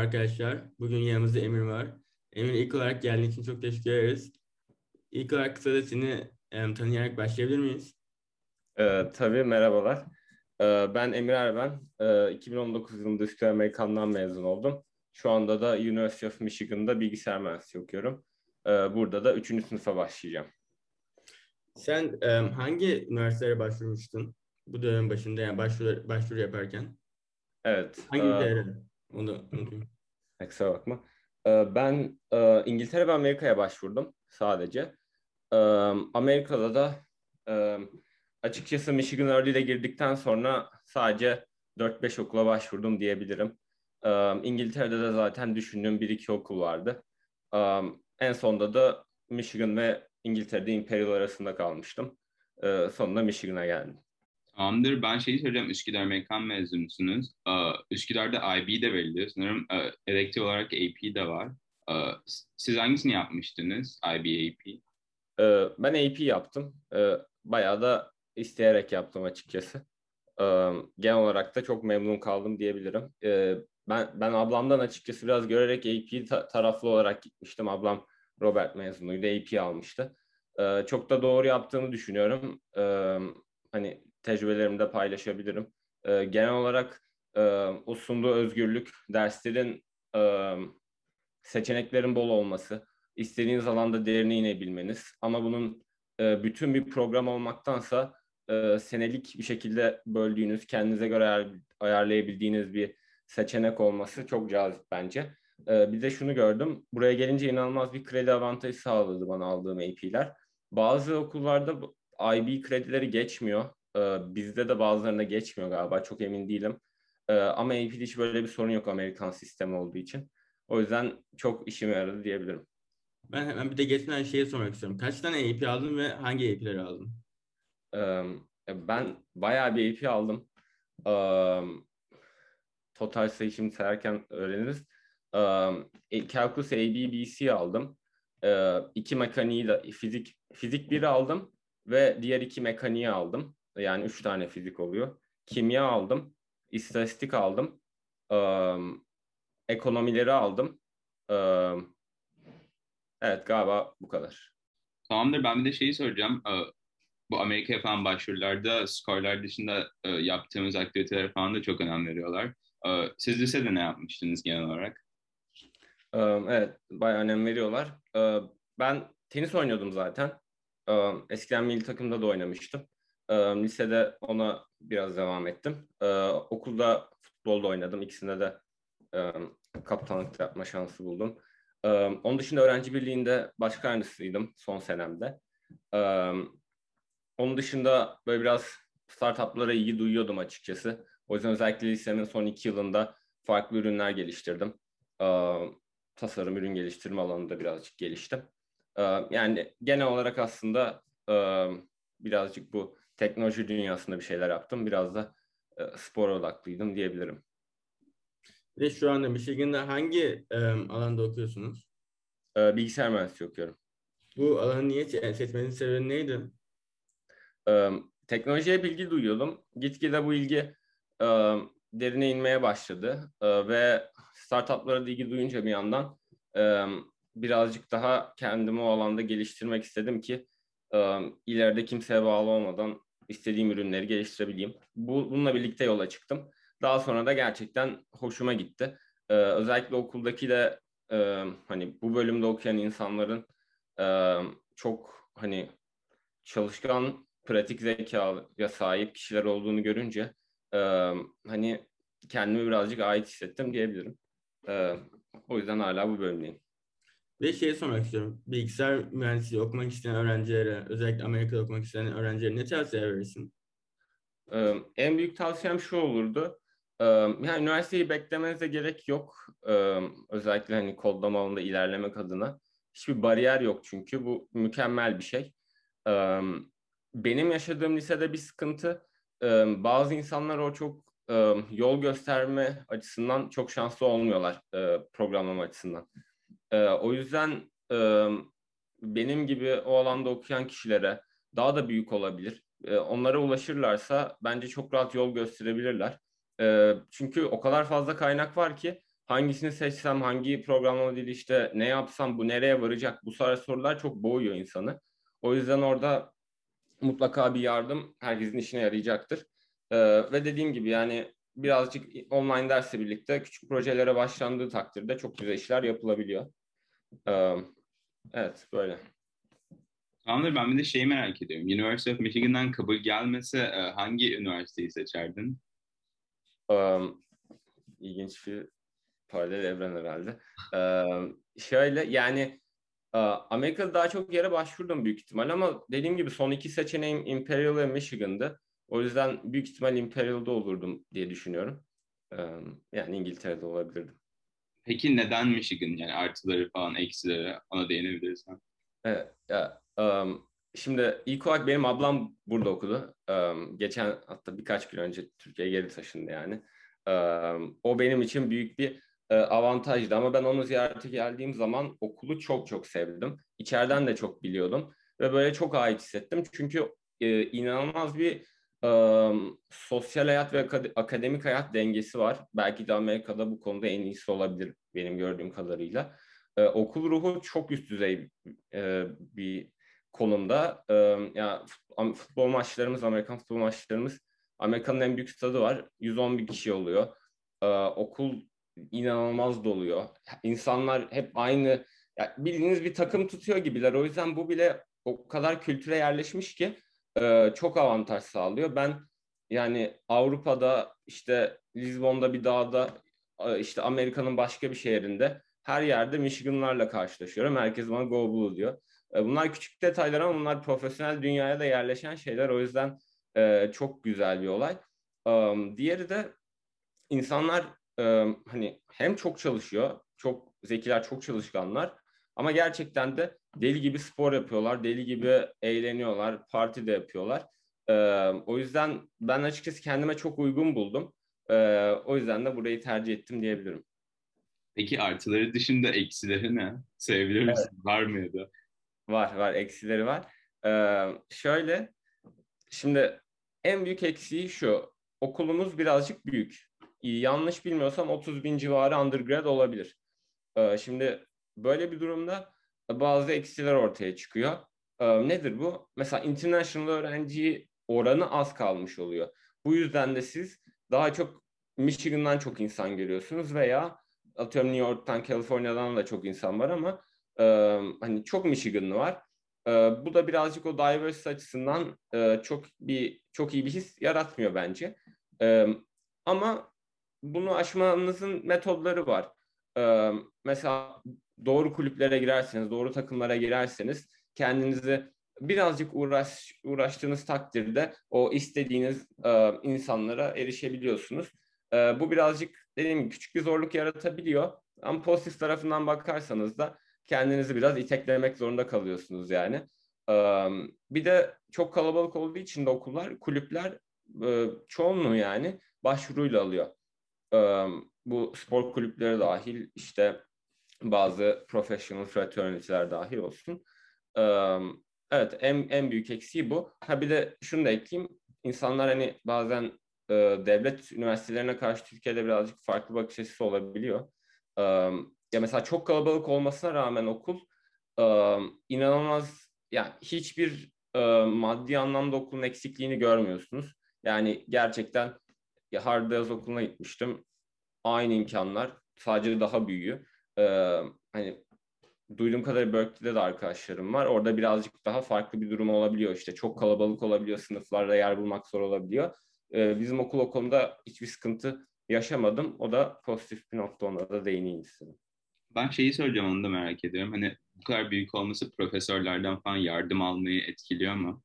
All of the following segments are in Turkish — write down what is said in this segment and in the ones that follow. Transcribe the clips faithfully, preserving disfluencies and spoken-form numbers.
arkadaşlar. Bugün yanımızda Emir var. Emir ilk olarak geldiğin için çok teşekkür ederiz. İlk olarak kısaca seni em, tanıyarak başlayabilir miyiz? Ee, tabii merhabalar. Ee, ben Emir Erben. Ee, iki bin on dokuz yılında Üsküdar Amerikan'dan mezun oldum. Şu anda da University of Michigan'da bilgisayar mühendisliği okuyorum. Ee, burada da üçüncü sınıfa başlayacağım. Sen em, hangi üniversitelere başvurmuştun? Bu dönem başında yani başvuru, başvuru yaparken. Evet, Hangi e, ülkelere? Onu da unutmayayım. kusura bakma. Ee, ben e, İngiltere ve Amerika'ya başvurdum sadece. Ee, Amerika'da da e, açıkçası Michigan Early'de girdikten sonra sadece dört beş okula başvurdum diyebilirim. Ee, İngiltere'de de zaten düşündüğüm bir iki okul vardı. Ee, En sonunda da Michigan ve İngiltere'de Imperial arasında kalmıştım. Ee, sonunda Michigan'a geldim. Tamamdır. Ben şeyi söyleyeceğim. Üsküdar Amerikan mezunusunuz. Ee, Üsküdar'da I B de veriliyor. Sanırım e, elektif olarak A P de var. Ee, s- Siz hangisini yapmıştınız? I B, A P. Ee, ben A P yaptım. Ee, bayağı da isteyerek yaptım açıkçası. Ee, Genel olarak da çok memnun kaldım diyebilirim. Ee, ben ben ablamdan açıkçası biraz görerek A P ta- taraflı olarak gitmiştim. Ablam Robert mezunuydu, A P almıştı. Ee, çok da doğru yaptığımı düşünüyorum. Ee, hani tecrübelerimi de paylaşabilirim. Ee, genel olarak e, o sunduğu özgürlük, derslerin e, seçeneklerin bol olması, istediğiniz alanda derine inebilmeniz ama bunun e, bütün bir program olmaktansa e, senelik bir şekilde böldüğünüz, kendinize göre ayar, ayarlayabildiğiniz bir seçenek olması çok cazip bence. E, bir de şunu gördüm, buraya gelince inanılmaz bir kredi avantajı sağladı bana aldığım A P'ler. Bazı okullarda bu I B kredileri geçmiyor. E, bizde de bazılarında geçmiyor galiba, çok emin değilim. E, ama A P'de hiç böyle bir sorun yok Amerikan sistemi olduğu için. O yüzden çok işime yaradı diyebilirim. Ben hemen bir de geçmeden şeyi sormak istiyorum. Kaç tane A P aldın ve hangi A P'leri aldın? Ee, Ben bayağı bir A P aldım. Ee, Total sayı şimdi sayarken öğreniriz. Ee, Calculus A B B C aldım. Ee, iki mekaniği de fizik fizik biri aldım ve diğer iki mekaniği aldım. Yani üç tane fizik oluyor. Kimya aldım. İstatistik aldım. Ee, Ekonomileri aldım. Ee, evet galiba bu kadar. Tamamdır. Ben bir de şeyi soracağım. Ee, Bu Amerika'ya falan başvurularda skorlar dışında e, yaptığımız aktivitelere falan da çok önem veriyorlar. Ee, Siz lisede ne yapmıştınız genel olarak? Ee, Evet, bayağı önem veriyorlar. Ee, Ben tenis oynuyordum zaten. Ee, Eskiden milli takımda da oynamıştım. Ee, Lisede ona biraz devam ettim. Ee, Okulda futbolda oynadım. İkisinde de e, kaptanlık yapma şansı buldum. Ee, Onun dışında öğrenci birliğinde başkan yardımcısıydım son senemde. Ee, Onun dışında böyle biraz startuplara ilgi duyuyordum açıkçası. O yüzden özellikle lisemin son iki yılında farklı ürünler geliştirdim. Ee, Tasarım, ürün geliştirme alanında birazcık geliştim. Ee, Yani genel olarak aslında e, birazcık bu teknoloji dünyasında bir şeyler yaptım. Biraz da e, spora odaklıydım diyebilirim. Ve şu anda Michigan'da hangi em, alanda okuyorsunuz? Ee, Bilgisayar mühendisliği okuyorum. Bu alanı niye se- seçmenin sebebi neydi? Ee, Teknolojiye bilgi duyuyordum. Gitgide bu ilgi e, derine inmeye başladı. E, ve startuplara da ilgi duyunca bir yandan e, birazcık daha kendimi o alanda geliştirmek istedim ki e, ileride kimseye bağlı olmadan istediğim ürünleri geliştirebileyim. Bu, bununla birlikte yola çıktım. Daha sonra da gerçekten hoşuma gitti. E, özellikle okuldaki de e, hani bu bölümde okuyan insanların e, çok hani çalışkan, pratik zekaya sahip kişiler olduğunu görünce e, hani kendimi birazcık ait hissettim diyebilirim. E, O yüzden hala bu bölümdeyim. Ve şey sormak istiyorum. Bilgisayar mühendisliği okumak isteyen öğrencilere, özellikle Amerika'da okumak isteyen öğrencilere ne tavsiye verirsin? E, En büyük tavsiyem şu olurdu. E, Yani üniversiteyi beklemenize gerek yok. E, özellikle hani kodlama alanında ilerlemek adına. Hiçbir bariyer yok çünkü bu mükemmel bir şey. E, Benim yaşadığım lisede bir sıkıntı. e, Bazı insanlar o çok e, yol gösterme açısından çok şanslı olmuyorlar e, programlama açısından. E, o yüzden e, benim gibi o alanda okuyan kişilere daha da büyük olabilir. E, onlara ulaşırlarsa bence çok rahat yol gösterebilirler. E, çünkü o kadar fazla kaynak var ki hangisini seçsem, hangi programlama dili, işte ne yapsam, bu nereye varacak? Bu tarz sorular çok boğuyor insanı. O yüzden orada mutlaka bir yardım herkesin işine yarayacaktır. Ee, ve dediğim gibi yani birazcık online dersle birlikte küçük projelere başlandığı takdirde çok güzel işler yapılabiliyor. Ee, evet, böyle. Tamamdır, ben bir de şeyi merak ediyorum. University of Michigan'dan kabul gelmese e, hangi üniversiteyi seçerdin? Ee, ilginç bir paralel evren herhalde. Ee, şöyle yani e, Amerika'da daha çok yere başvurdum büyük ihtimal ama dediğim gibi son iki seçeneğim Imperial ve Michigan'dı. O yüzden büyük ihtimal Imperial'da olurdum diye düşünüyorum. Ee, yani İngiltere'de olabilirdim. Peki neden Michigan? Yani artıları falan, eksileri, ona değinebilirsen. Evet, ya, um, şimdi ilk olarak benim ablam burada okudu. Um, geçen hatta birkaç gün önce Türkiye'ye geri taşındı yani. Um, o benim için büyük bir e, avantajdı ama ben onu ziyarete geldiğim zaman okulu çok çok sevdim. İçeriden de çok biliyordum ve böyle çok ait hissettim. Çünkü e, inanılmaz bir um, sosyal hayat ve akad- akademik hayat dengesi var. Belki de Amerika'da bu konuda en iyisi olabilir benim gördüğüm kadarıyla. Ee, okul ruhu çok üst düzey e, bir konumda. E, ya fut- futbol maçlarımız, Amerikan futbol maçlarımız, Amerika'nın en büyük stadı var. yüz on bin kişi oluyor. E, okul inanılmaz doluyor. İnsanlar hep aynı, ya bildiğiniz bir takım tutuyor gibiler. O yüzden bu bile o kadar kültüre yerleşmiş ki e, çok avantaj sağlıyor. Ben yani Avrupa'da işte Lizbon'da bir dağda, e, işte Amerika'nın başka bir şehrinde her yerde Michigan'larla karşılaşıyorum. Herkes bana Go Blue diyor. E, Bunlar küçük detaylar ama bunlar profesyonel dünyaya da yerleşen şeyler. O yüzden e, çok güzel bir olay. Um, diğeri de insanlar e, hani hem çok çalışıyor, çok zekiler, çok çalışkanlar ama gerçekten de deli gibi spor yapıyorlar, deli gibi eğleniyorlar, parti de yapıyorlar. E, o yüzden ben açıkçası kendime çok uygun buldum. E, o yüzden de burayı tercih ettim diyebilirim. Peki artıları dışında eksileri ne? Sayabilir misin? Var mı ya da? Var var, eksileri var. Ee, şöyle şimdi en büyük eksiği şu: okulumuz birazcık büyük. Yanlış bilmiyorsam otuz bin civarı undergrad olabilir. Ee, şimdi böyle bir durumda bazı eksiler ortaya çıkıyor. Ee, nedir bu? Mesela international öğrenci oranı az kalmış oluyor. Bu yüzden de siz daha çok Michigan'dan çok insan görüyorsunuz veya atıyorum New York'tan, California'dan da çok insan var ama e, hani çok Michiganlı var. E, bu da birazcık o diversity açısından e, çok bir çok iyi bir his yaratmıyor bence. E, ama bunu aşmanızın metodları var. Ee, mesela doğru kulüplere girerseniz, doğru takımlara girerseniz kendinizi birazcık uğraş, uğraştığınız takdirde o istediğiniz e, insanlara erişebiliyorsunuz. E, bu birazcık dediğim gibi küçük bir zorluk yaratabiliyor. Ama pozitif tarafından bakarsanız da kendinizi biraz iteklemek zorunda kalıyorsunuz yani. E, bir de çok kalabalık olduğu için de okullar, kulüpler e, çoğunluğu yani başvuruyla alıyor. E, bu spor kulüpleri dahil, işte bazı professional fraternity'ler dahil olsun. Ee, evet, en, en büyük eksiği bu. Ha bir de şunu da ekleyeyim. İnsanlar hani bazen e, devlet üniversitelerine karşı Türkiye'de birazcık farklı bakış açısı olabiliyor. Ee, ya mesela çok kalabalık olmasına rağmen okul e, inanılmaz, yani hiçbir e, maddi anlamda okulun eksikliğini görmüyorsunuz. Yani gerçekten, ya Harvard Yaz Okulu'na gitmiştim. Aynı imkanlar, sadece daha büyüğü. Ee, hani duyduğum kadarıyla Berkeley'de de arkadaşlarım var. Orada birazcık daha farklı bir durum olabiliyor. İşte çok kalabalık olabiliyor, sınıflarda yer bulmak zor olabiliyor. Ee, bizim okul o konuda hiçbir sıkıntı yaşamadım. O da pozitif bir nokta, ona da değineyim istedim. Ben şeyi söyleyeceğim, onu da merak ediyorum. Hani bu kadar büyük olması profesörlerden falan yardım almayı etkiliyor mu?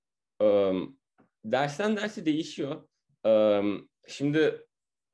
Ee, dersten derse değişiyor. Ee, şimdi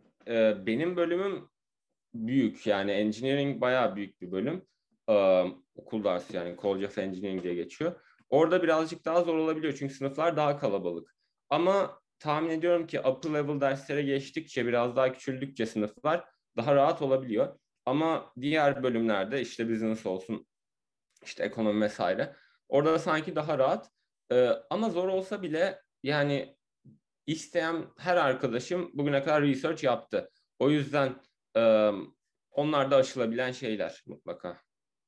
e, benim bölümüm büyük, yani engineering bayağı büyük bir bölüm. Ee, okul dersi yani College of Engineering diye geçiyor. Orada birazcık daha zor olabiliyor çünkü sınıflar daha kalabalık. Ama tahmin ediyorum ki upper level derslere geçtikçe, biraz daha küçüldükçe sınıflar daha rahat olabiliyor. Ama diğer bölümlerde işte business olsun, işte ekonomi vesaire, orada sanki daha rahat. Ee, ama zor olsa bile yani isteyen her arkadaşım bugüne kadar research yaptı. O yüzden onlar da aşılabilen şeyler mutlaka.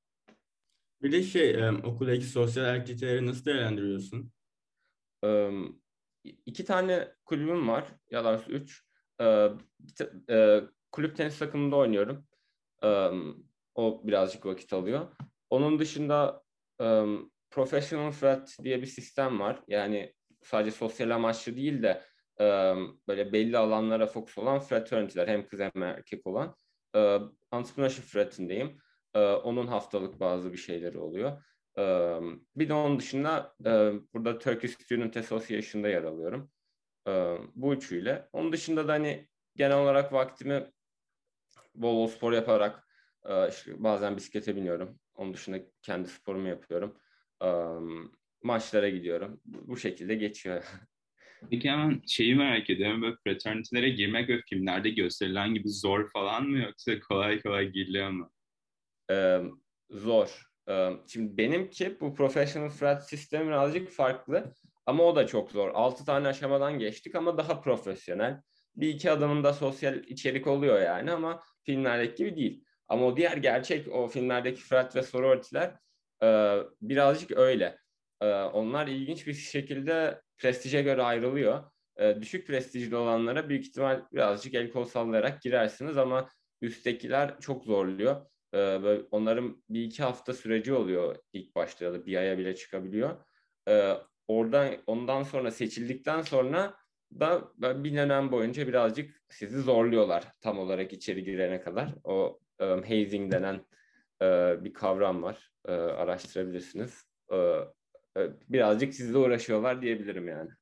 Bir de şey, e, okuldaki sosyal aktiviteleri nasıl değerlendiriyorsun? Ee, iki tane kulübüm var. Ya da üç. Ee, bir ta- e, kulüp tenis takımında oynuyorum. Ee, o birazcık vakit alıyor. Onun dışında e, Professional Frat diye bir sistem var. Yani sadece sosyal amaçlı değil de e, böyle belli alanlara fokus olan fraternity'ler. Hem kız hem erkek olan. Ee, Entrepreneurship Frat'indeyim. Ee, onun haftalık bazı bir şeyleri oluyor. Ee, bir de onun dışında e, burada Turkish Student Association'da yer alıyorum. Ee, bu üçüyle. Onun dışında da hani genel olarak vaktimi bol bol spor yaparak e, işte bazen bisiklete biniyorum. Onun dışında kendi sporumu yapıyorum. Ee, maçlara gidiyorum. Bu şekilde geçiyor. Peki hemen şeyi merak ediyorum. Böyle fraternity'lere girmek ve filmlerde gösterilen gibi zor falan mı yoksa kolay kolay giriliyor mu? Ee, zor. Ee, şimdi benimki bu professional frat sistemi birazcık farklı ama o da çok zor. Altı tane aşamadan geçtik ama daha profesyonel. Bir iki adımında sosyal içerik oluyor yani ama filmlerdeki gibi değil. Ama o diğer gerçek o filmlerdeki frat ve sorority'ler e, birazcık öyle. E, onlar ilginç bir şekilde prestije göre ayrılıyor. E, düşük prestijli olanlara büyük ihtimal birazcık el kol sallayarak girersiniz ama üsttekiler çok zorluyor. Ee, böyle onların bir iki hafta süreci oluyor ilk başta ya da bir aya bile çıkabiliyor. Ee, oradan ondan sonra seçildikten sonra da bir dönem boyunca birazcık sizi zorluyorlar tam olarak içeri girene kadar. O e, hazing denen e, bir kavram var. E, araştırabilirsiniz. E, e, birazcık sizle uğraşıyorlar diyebilirim yani.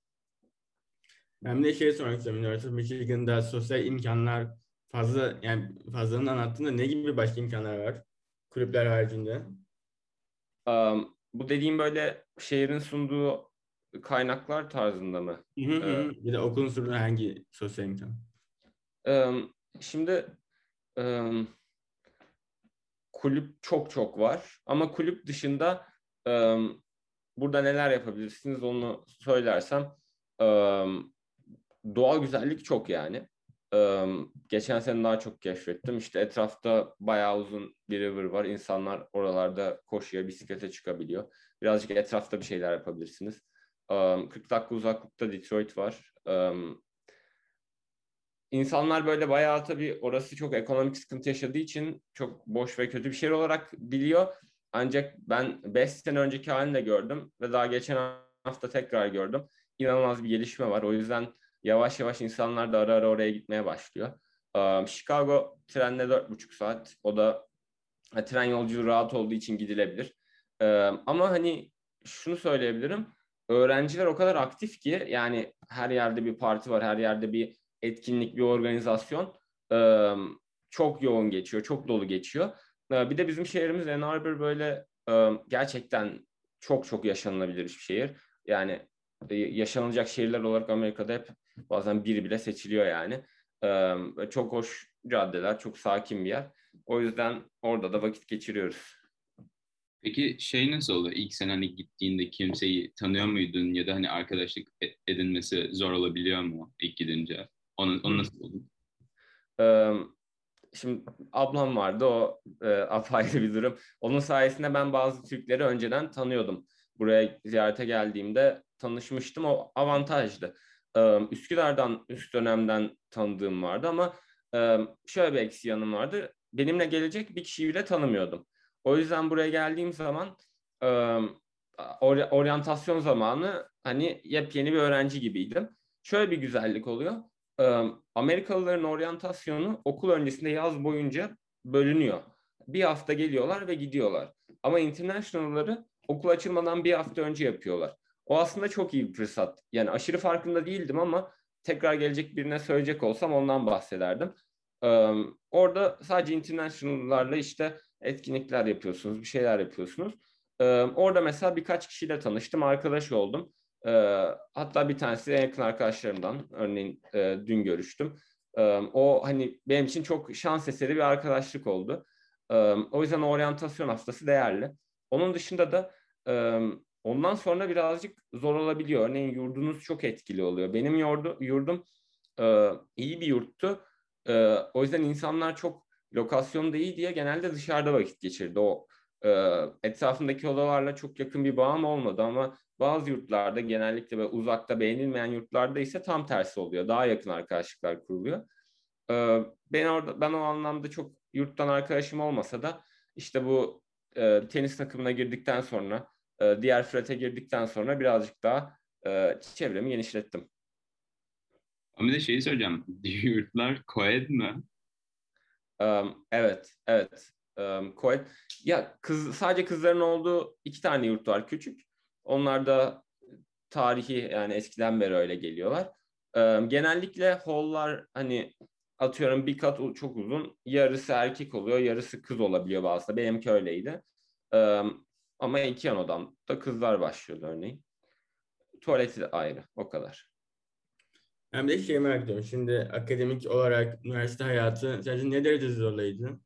Ben de şey sormak istiyorum. Üniversite Michigan'da sosyal imkanlar fazla, yani fazlanın anlattığında ne gibi başka imkanlar var? Kulüpler haricinde. Um, bu dediğim böyle şehrin sunduğu kaynaklar tarzında mı? Hı hı Ee, hı. Bir de okulun sunduğu hangi sosyal imkan? um, şimdi um, kulüp çok çok var ama kulüp dışında um, burada neler yapabilirsiniz onu söylersem um, doğal güzellik çok yani. Um, geçen sene daha çok keşfettim. İşte etrafta bayağı uzun bir river var. İnsanlar oralarda koşuya, bisiklete çıkabiliyor. Birazcık etrafta bir şeyler yapabilirsiniz. Um, kırk dakika uzaklıkta Detroit var. Um, İnsanlar böyle bayağı tabii orası çok ekonomik sıkıntı yaşadığı için çok boş ve kötü bir şehir olarak biliyor. Ancak ben beş sene önceki halini de gördüm ve daha geçen hafta tekrar gördüm. İnanılmaz bir gelişme var. O yüzden yavaş yavaş insanlar da ara ara oraya gitmeye başlıyor. Um, Chicago trenle dört buçuk saat. O da ha, tren yolculuğu rahat olduğu için gidilebilir. Um, ama hani şunu söyleyebilirim. Öğrenciler o kadar aktif ki yani her yerde bir parti var, her yerde bir etkinlik, bir organizasyon e, çok yoğun geçiyor, çok dolu geçiyor. E, bir de bizim şehrimiz Ann Arbor böyle e, gerçekten çok çok yaşanılabilir bir şehir. Yani e, yaşanılacak şehirler olarak Amerika'da hep bazen biri bile seçiliyor yani. E, çok hoş caddeler, çok sakin bir yer. O yüzden orada da vakit geçiriyoruz. Peki şey nasıl oluyor? İlk sen hani gittiğinde kimseyi tanıyor muydun ya da hani arkadaşlık e- edinmesi zor olabiliyor mu ilk gidince? Onu, onu nasıl buldun? E, Şimdi ablam vardı o e, apayrı bir durum. Onun sayesinde ben bazı Türkleri önceden tanıyordum. Buraya ziyarete geldiğimde tanışmıştım. O avantajlı. E, Üsküdar'dan üst dönemden tanıdığım vardı ama e, şöyle bir eksi yanım vardı. Benimle gelecek bir kişiyi bile tanımıyordum. O yüzden buraya geldiğim zaman e, or- oryantasyon zamanı hani yepyeni bir öğrenci gibiydim. Şöyle bir güzellik oluyor. Ee, Amerikalıların oryantasyonu okul öncesinde yaz boyunca bölünüyor. Bir hafta geliyorlar ve gidiyorlar. Ama international'ları okul açılmadan bir hafta önce yapıyorlar. O aslında çok iyi bir fırsat. Yani aşırı farkında değildim ama tekrar gelecek birine söyleyecek olsam ondan bahsederdim. Ee, orada sadece international'larla işte etkinlikler yapıyorsunuz, bir şeyler yapıyorsunuz. Ee, orada mesela birkaç kişiyle tanıştım, arkadaş oldum. Ee, hatta bir tanesi en yakın arkadaşlarımdan. Örneğin e, dün görüştüm. Ee, o hani benim için çok şans eseri bir arkadaşlık oldu. Ee, o yüzden oryantasyon haftası değerli. Onun dışında da e, ondan sonra birazcık zor olabiliyor. Örneğin yurdunuz çok etkili oluyor. Benim yurdu, yurdum e, iyi bir yurttu. E, o yüzden insanlar çok lokasyon da iyi diye genelde dışarıda vakit geçirdi. O e, etrafındaki odalarla çok yakın bir bağım olmadı ama bazı yurtlarda genellikle ve uzakta beğenilmeyen yurtlarda ise tam tersi oluyor. Daha yakın arkadaşlıklar kuruluyor. E, ben orada ben o anlamda çok yurttan arkadaşım olmasa da işte bu e, tenis takımına girdikten sonra e, diğer frete girdikten sonra birazcık daha e, çevremi genişlettim. Ama bir de şeyi söyleyeceğim. Yurtlar co-ed mi? Um, evet, evet. Um, Koy. Ya kız sadece kızların olduğu iki tane yurt var küçük. Onlar da tarihi yani eskiden beri öyle geliyorlar. Um, genellikle hall'lar hani atıyorum bir kat u- çok uzun. Yarısı erkek oluyor, yarısı kız olabiliyor bazıları. Benimki öyleydi. Um, ama iki yan odamda kızlar başlıyordu örneğin. Tuvaleti de ayrı, o kadar. Ben bir de şey merak ediyorum. Şimdi akademik olarak üniversite hayatı sence ne derece zorlayıcı?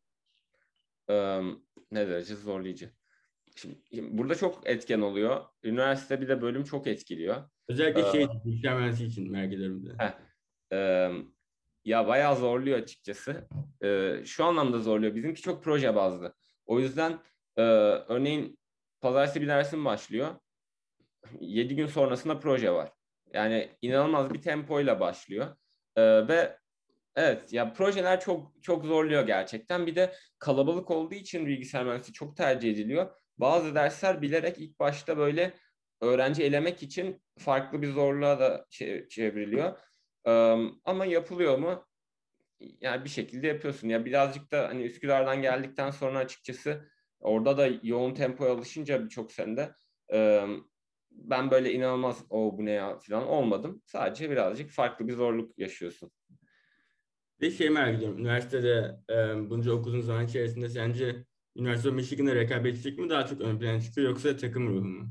Um, ne derece zorlayıcı. Şimdi, şimdi burada çok etken oluyor. Üniversite bir de bölüm çok etkiliyor. Özellikle Ee, şey, bilgisayar mühendisliği için merak ediyorum bir de. heh, e, ya bayağı zorluyor açıkçası. Ee, şu anlamda zorluyor. Bizimki çok proje bazlı. O yüzden e, örneğin pazartesi bir dersim başlıyor. Yedi gün sonrasında proje var. Yani inanılmaz bir tempoyla başlıyor. Ee, ve evet ya projeler çok çok zorluyor gerçekten. Bir de kalabalık olduğu için bilgisayar mühendisliği çok tercih ediliyor. Bazı dersler bilerek ilk başta böyle öğrenci elemek için farklı bir zorluğa da çe- çevriliyor. Ee, ama yapılıyor mu? Yani bir şekilde yapıyorsun. Ya birazcık da hani Üsküdar'dan geldikten sonra açıkçası orada da yoğun tempoya alışınca birçok sende e, ben böyle inanılmaz o bu ne ya falan olmadım. Sadece birazcık farklı bir zorluk yaşıyorsun. Bir de şey merak ediyorum. Üniversitede e, bunca okuduğun zaman içerisinde sence Üniversite of Michigan'da rekabetçilik mi daha çok ön plana çıkıyor yoksa takım ruhu mu?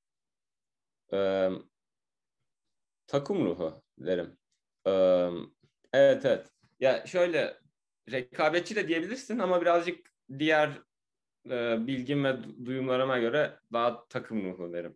Ee, takım ruhu derim. Ee, evet evet. Ya şöyle rekabetçi de diyebilirsin ama birazcık diğer e, bilgim ve du- duyumlarıma göre daha takım ruhu derim.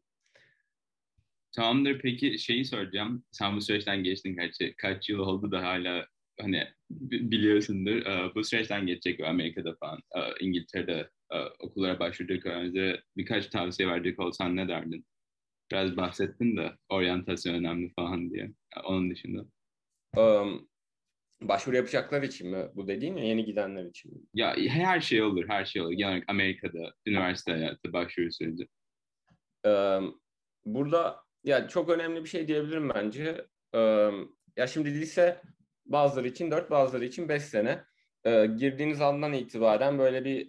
Tamamdır. Peki şeyi soracağım. Sen bu süreçten geçtin kaç, kaç yıl oldu da hala hani bi- biliyorsundur. Ee, Bu süreçten geçecek ve Amerika'da falan, e, İngiltere'de e, okullara başvuracak öğrencilere birkaç tavsiye verecek olsan ne derdin? Biraz bahsettin de oryantasyon önemli falan diye. Onun dışında. Ee, başvuru yapacaklar için mi bu dediğin yeni gidenler için mi? Ya her şey olur, her şey olur. Genel olarak Amerika'da üniversite hayatı, başvuru süreci. Ee, burada ya çok önemli bir şey diyebilirim bence. Ee, ya şimdi lise bazıları için dört bazıları için beş sene. Ee, girdiğiniz andan itibaren böyle bir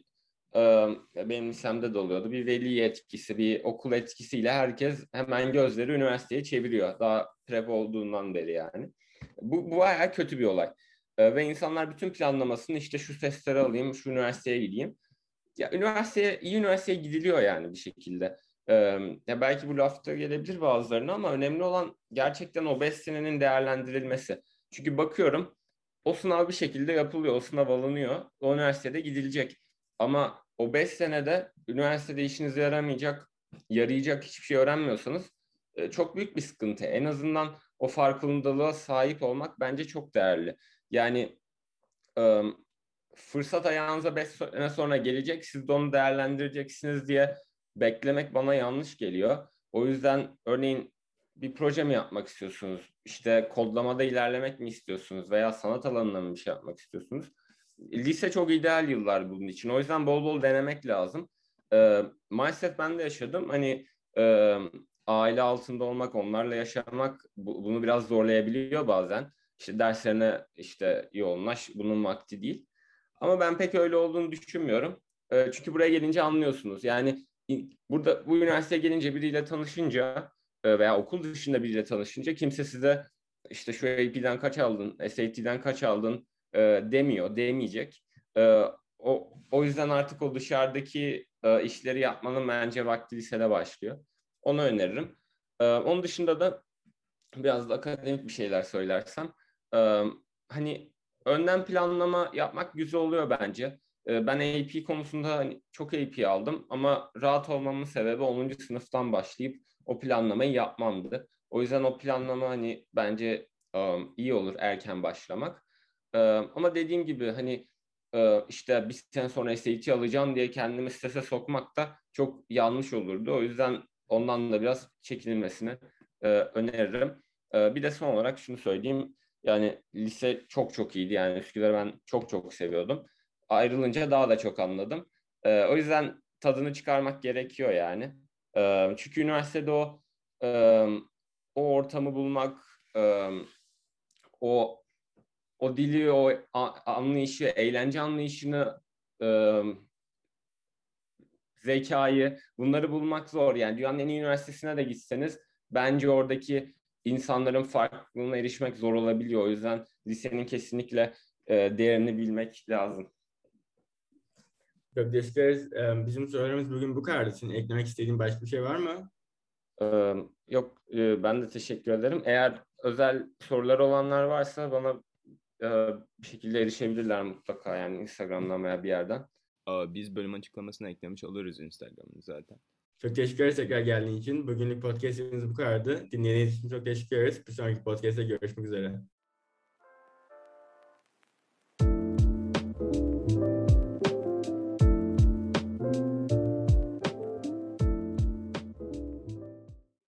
e, benim lisemde de oluyordu. Bir veli etkisi, bir okul etkisiyle herkes hemen gözleri üniversiteye çeviriyor. Daha prep olduğundan beri yani. Bu, bu bayağı kötü bir olay. Ee, ve insanlar bütün planlamasını işte şu testleri alayım, şu üniversiteye gideyim. Ya üniversiteye, iyi üniversiteye gidiliyor yani bir şekilde. Ee, ya belki bu lafta gelebilir bazılarına ama önemli olan gerçekten o beş senenin değerlendirilmesi. Çünkü bakıyorum o sınav bir şekilde yapılıyor, o sınav alınıyor, o üniversitede gidilecek. Ama o beş senede üniversitede işinize yaramayacak, yarayacak hiçbir şey öğrenmiyorsanız e, çok büyük bir sıkıntı. En azından o farkındalığa sahip olmak bence çok değerli. Yani e, fırsat ayağınıza beş sene sonra gelecek, siz de onu değerlendireceksiniz diye beklemek bana yanlış geliyor. O yüzden örneğin bir proje mi yapmak istiyorsunuz? İşte kodlamada ilerlemek mi istiyorsunuz? Veya sanat alanında mı bir şey yapmak istiyorsunuz? Lise çok ideal yıllar bunun için. O yüzden bol bol denemek lazım. Ee, maalesef ben de yaşadım. Hani e, aile altında olmak, onlarla yaşamak bu, bunu biraz zorlayabiliyor bazen. İşte derslerine işte yoğunlaş, bunun vakti değil. Ama ben pek öyle olduğunu düşünmüyorum. E, çünkü buraya gelince anlıyorsunuz. Yani burada bu üniversiteye gelince biriyle tanışınca e, veya okul dışında biriyle tanışınca kimse size işte şu A P'den kaç aldın, S A T'den kaç aldın e, demiyor, demeyecek. E, o, o yüzden artık o dışarıdaki e, işleri yapmanın bence vakti lisede başlıyor. Onu öneririm. E, onun dışında da biraz da akademik bir şeyler söylersem e, hani önden planlama yapmak güzel oluyor bence. E, ben A P konusunda hani çok A P aldım ama rahat olmamın sebebi onuncu sınıftan başlayıp o planlamayı yapmamdı. O yüzden o planlama hani bence e, iyi olur erken başlamak. E, ama dediğim gibi hani e, işte bir sene sonra S A T alacağım diye kendimi strese sokmak da çok yanlış olurdu. O yüzden ondan da biraz çekinilmesini e, öneririm. E, bir de son olarak şunu söyleyeyim. Yani lise çok çok iyiydi. Yani Üsküdar'ı ben çok çok seviyordum. Ayrılınca daha da çok anladım. E, o yüzden tadını çıkarmak gerekiyor yani. E, çünkü üniversitede o e, o ortamı bulmak, e, o o dili, o anlayışı, eğlence anlayışını, e, zekayı, bunları bulmak zor. Yani dünyanın en iyi üniversitesine de gitseniz bence oradaki insanların farklılığına erişmek zor olabiliyor. O yüzden lisenin kesinlikle e, değerini bilmek lazım. Çok teşekkür ederiz. Ee, Bizim sorularımız bugün bu kadar. Senin eklemek istediğin başka bir şey var mı? Ee, yok, e, ben de teşekkür ederim. Eğer özel sorular olanlar varsa bana e, bir şekilde erişebilirler mutlaka, yani Instagram'dan veya bir yerden. Biz bölüm açıklamasına eklemiş oluruz Instagram'ını zaten. Çok teşekkür ederiz tekrar geldiğin için. Bugünlük podcast'imiz bu kadardı. Dinlediğiniz için çok teşekkür ederiz. Bir sonraki podcast'te görüşmek üzere.